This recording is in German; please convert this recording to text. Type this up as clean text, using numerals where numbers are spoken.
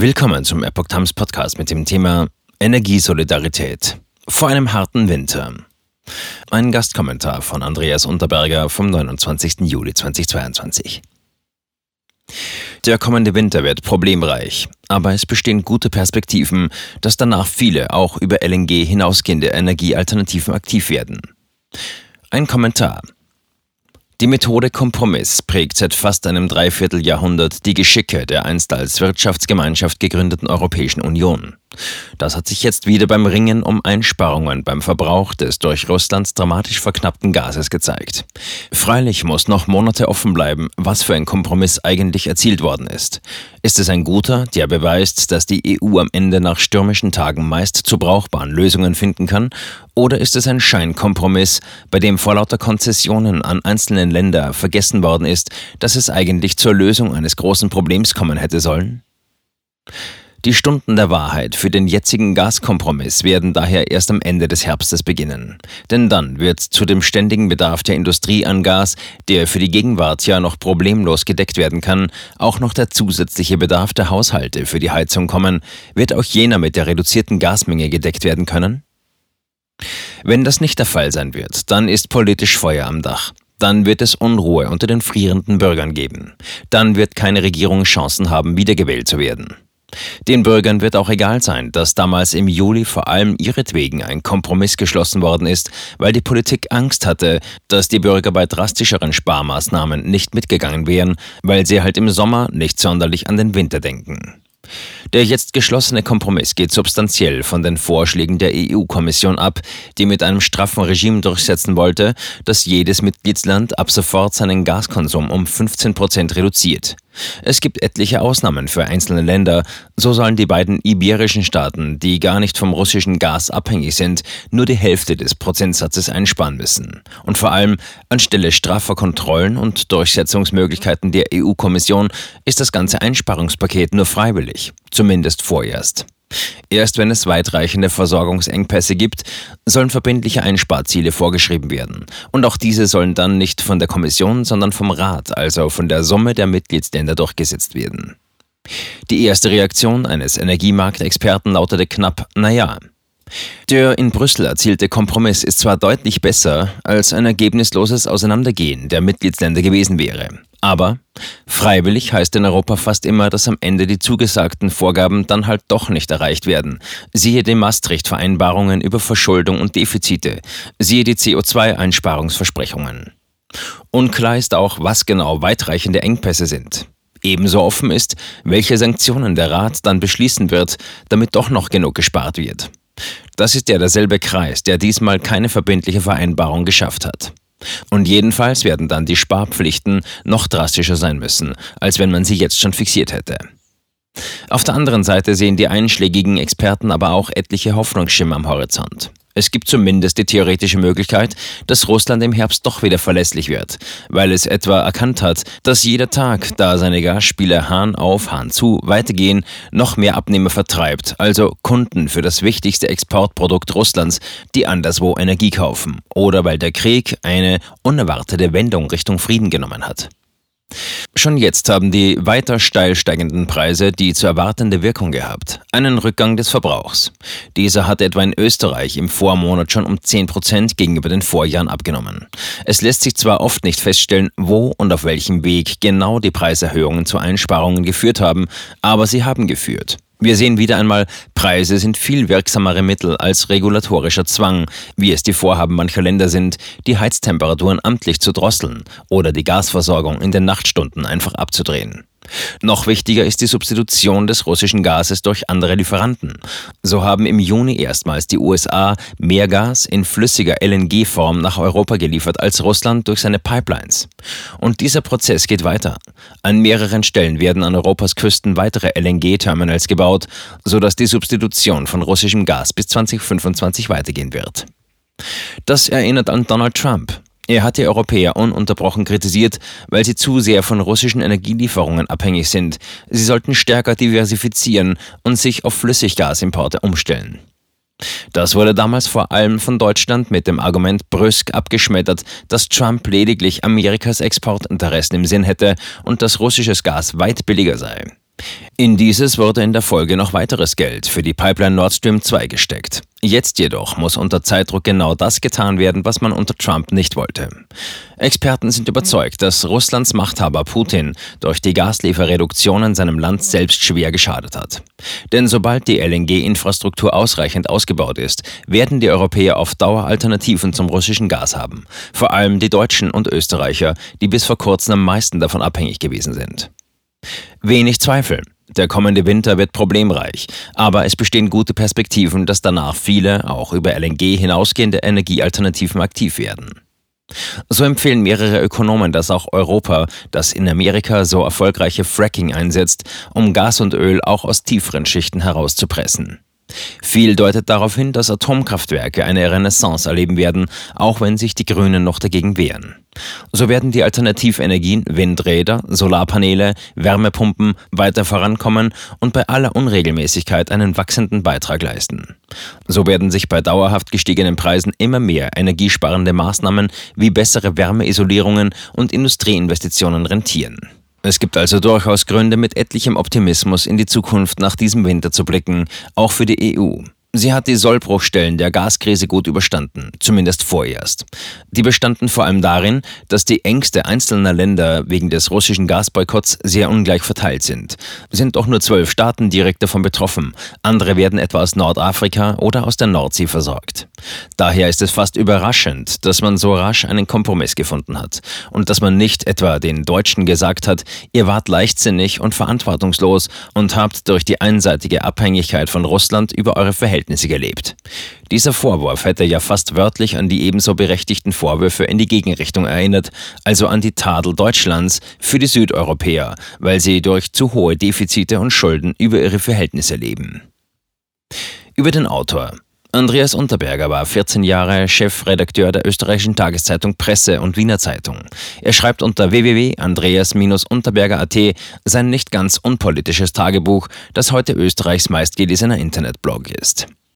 Willkommen zum Epoch Times Podcast mit dem Thema Energiesolidarität vor einem harten Winter. Ein Gastkommentar von Andreas Unterberger vom 29. Juli 2022. Der kommende Winter wird problemreich, aber es bestehen gute Perspektiven, dass danach viele auch über LNG hinausgehende Energiealternativen aktiv werden. Ein Kommentar. Die Methode Kompromiss prägt seit fast einem Dreivierteljahrhundert die Geschicke der einst als Wirtschaftsgemeinschaft gegründeten Europäischen Union. Das hat sich jetzt wieder beim Ringen um Einsparungen beim Verbrauch des durch Russlands dramatisch verknappten Gases gezeigt. Freilich muss noch Monate offen bleiben, was für ein Kompromiss eigentlich erzielt worden ist. Ist es ein guter, der beweist, dass die EU am Ende nach stürmischen Tagen meist zu brauchbaren Lösungen finden kann? Oder ist es ein Scheinkompromiss, bei dem vor lauter Konzessionen an einzelne Länder vergessen worden ist, dass es eigentlich zur Lösung eines großen Problems kommen hätte sollen? Die Stunden der Wahrheit für den jetzigen Gaskompromiss werden daher erst am Ende des Herbstes beginnen. Denn dann wird zu dem ständigen Bedarf der Industrie an Gas, der für die Gegenwart ja noch problemlos gedeckt werden kann, auch noch der zusätzliche Bedarf der Haushalte für die Heizung kommen. Wird auch jener mit der reduzierten Gasmenge gedeckt werden können? Wenn das nicht der Fall sein wird, dann ist politisch Feuer am Dach. Dann wird es Unruhe unter den frierenden Bürgern geben. Dann wird keine Regierung Chancen haben, wiedergewählt zu werden. Den Bürgern wird auch egal sein, dass damals im Juli vor allem ihretwegen ein Kompromiss geschlossen worden ist, weil die Politik Angst hatte, dass die Bürger bei drastischeren Sparmaßnahmen nicht mitgegangen wären, weil sie halt im Sommer nicht sonderlich an den Winter denken. Der jetzt geschlossene Kompromiss geht substanziell von den Vorschlägen der EU-Kommission ab, die mit einem straffen Regime durchsetzen wollte, dass jedes Mitgliedsland ab sofort seinen Gaskonsum um 15% reduziert. Es gibt etliche Ausnahmen für einzelne Länder. So sollen die beiden iberischen Staaten, die gar nicht vom russischen Gas abhängig sind, nur die Hälfte des Prozentsatzes einsparen müssen. Und vor allem, anstelle straffer Kontrollen und Durchsetzungsmöglichkeiten der EU-Kommission ist das ganze Einsparungspaket nur freiwillig, zumindest vorerst. Erst wenn es weitreichende Versorgungsengpässe gibt, sollen verbindliche Einsparziele vorgeschrieben werden. Und auch diese sollen dann nicht von der Kommission, sondern vom Rat, also von der Summe der Mitgliedsländer durchgesetzt werden. Die erste Reaktion eines Energiemarktexperten lautete knapp, naja. Der in Brüssel erzielte Kompromiss ist zwar deutlich besser, als ein ergebnisloses Auseinandergehen der Mitgliedsländer gewesen wäre. Aber freiwillig heißt in Europa fast immer, dass am Ende die zugesagten Vorgaben dann halt doch nicht erreicht werden. Siehe die Maastricht-Vereinbarungen über Verschuldung und Defizite. Siehe die CO2-Einsparungsversprechungen. Unklar ist auch, was genau weitreichende Engpässe sind. Ebenso offen ist, welche Sanktionen der Rat dann beschließen wird, damit doch noch genug gespart wird. Das ist ja derselbe Kreis, der diesmal keine verbindliche Vereinbarung geschafft hat. Und jedenfalls werden dann die Sparpflichten noch drastischer sein müssen, als wenn man sie jetzt schon fixiert hätte. Auf der anderen Seite sehen die einschlägigen Experten aber auch etliche Hoffnungsschimmer am Horizont. Es gibt zumindest die theoretische Möglichkeit, dass Russland im Herbst doch wieder verlässlich wird, weil es etwa erkannt hat, dass jeder Tag, da seine Gasspiele Hahn auf, Hahn zu weitergehen, noch mehr Abnehmer vertreibt, also Kunden für das wichtigste Exportprodukt Russlands, die anderswo Energie kaufen, oder weil der Krieg eine unerwartete Wendung Richtung Frieden genommen hat. Schon jetzt haben die weiter steil steigenden Preise die zu erwartende Wirkung gehabt, einen Rückgang des Verbrauchs. Dieser hat etwa in Österreich im Vormonat schon um 10% gegenüber den Vorjahren abgenommen. Es lässt sich zwar oft nicht feststellen, wo und auf welchem Weg genau die Preiserhöhungen zu Einsparungen geführt haben, aber sie haben geführt. Wir sehen wieder einmal, Preise sind viel wirksamere Mittel als regulatorischer Zwang, wie es die Vorhaben mancher Länder sind, die Heiztemperaturen amtlich zu drosseln oder die Gasversorgung in den Nachtstunden einfach abzudrehen. Noch wichtiger ist die Substitution des russischen Gases durch andere Lieferanten. So haben im Juni erstmals die USA mehr Gas in flüssiger LNG-Form nach Europa geliefert als Russland durch seine Pipelines. Und dieser Prozess geht weiter. An mehreren Stellen werden an Europas Küsten weitere LNG-Terminals gebaut, sodass die Substitution von russischem Gas bis 2025 weitergehen wird. Das erinnert an Donald Trump. Er hat die Europäer ununterbrochen kritisiert, weil sie zu sehr von russischen Energielieferungen abhängig sind. Sie sollten stärker diversifizieren und sich auf Flüssiggasimporte umstellen. Das wurde damals vor allem von Deutschland mit dem Argument brüsk abgeschmettert, dass Trump lediglich Amerikas Exportinteressen im Sinn hätte und dass russisches Gas weit billiger sei. In dieses wurde in der Folge noch weiteres Geld für die Pipeline Nord Stream 2 gesteckt. Jetzt jedoch muss unter Zeitdruck genau das getan werden, was man unter Trump nicht wollte. Experten sind überzeugt, dass Russlands Machthaber Putin durch die Gaslieferreduktionen seinem Land selbst schwer geschadet hat. Denn sobald die LNG-Infrastruktur ausreichend ausgebaut ist, werden die Europäer auf Dauer Alternativen zum russischen Gas haben. Vor allem die Deutschen und Österreicher, die bis vor kurzem am meisten davon abhängig gewesen sind. Wenig Zweifel. Der kommende Winter wird problemreich, aber es bestehen gute Perspektiven, dass danach viele, auch über LNG hinausgehende Energiealternativen aktiv werden. So empfehlen mehrere Ökonomen, dass auch Europa das in Amerika so erfolgreiche Fracking einsetzt, um Gas und Öl auch aus tieferen Schichten herauszupressen. Viel deutet darauf hin, dass Atomkraftwerke eine Renaissance erleben werden, auch wenn sich die Grünen noch dagegen wehren. So werden die Alternativenergien Windräder, Solarpaneele, Wärmepumpen weiter vorankommen und bei aller Unregelmäßigkeit einen wachsenden Beitrag leisten. So werden sich bei dauerhaft gestiegenen Preisen immer mehr energiesparende Maßnahmen wie bessere Wärmeisolierungen und Industrieinvestitionen rentieren. Es gibt also durchaus Gründe, mit etlichem Optimismus in die Zukunft nach diesem Winter zu blicken, auch für die EU. Sie hat die Sollbruchstellen der Gaskrise gut überstanden, zumindest vorerst. Die bestanden vor allem darin, dass die Ängste einzelner Länder wegen des russischen Gasboykotts sehr ungleich verteilt sind. Sind doch nur 12 Staaten direkt davon betroffen, andere werden etwa aus Nordafrika oder aus der Nordsee versorgt. Daher ist es fast überraschend, dass man so rasch einen Kompromiss gefunden hat und dass man nicht etwa den Deutschen gesagt hat, ihr wart leichtsinnig und verantwortungslos und habt durch die einseitige Abhängigkeit von Russland über eure Verhältnisse gelebt. Dieser Vorwurf hätte ja fast wörtlich an die ebenso berechtigten Vorwürfe in die Gegenrichtung erinnert, also an die Tadel Deutschlands für die Südeuropäer, weil sie durch zu hohe Defizite und Schulden über ihre Verhältnisse leben. Über den Autor. Andreas Unterberger war 14 Jahre Chefredakteur der österreichischen Tageszeitung Presse und Wiener Zeitung. Er schreibt unter www.andreas-unterberger.at sein nicht ganz unpolitisches Tagebuch, das heute Österreichs meistgelesener Internetblog ist.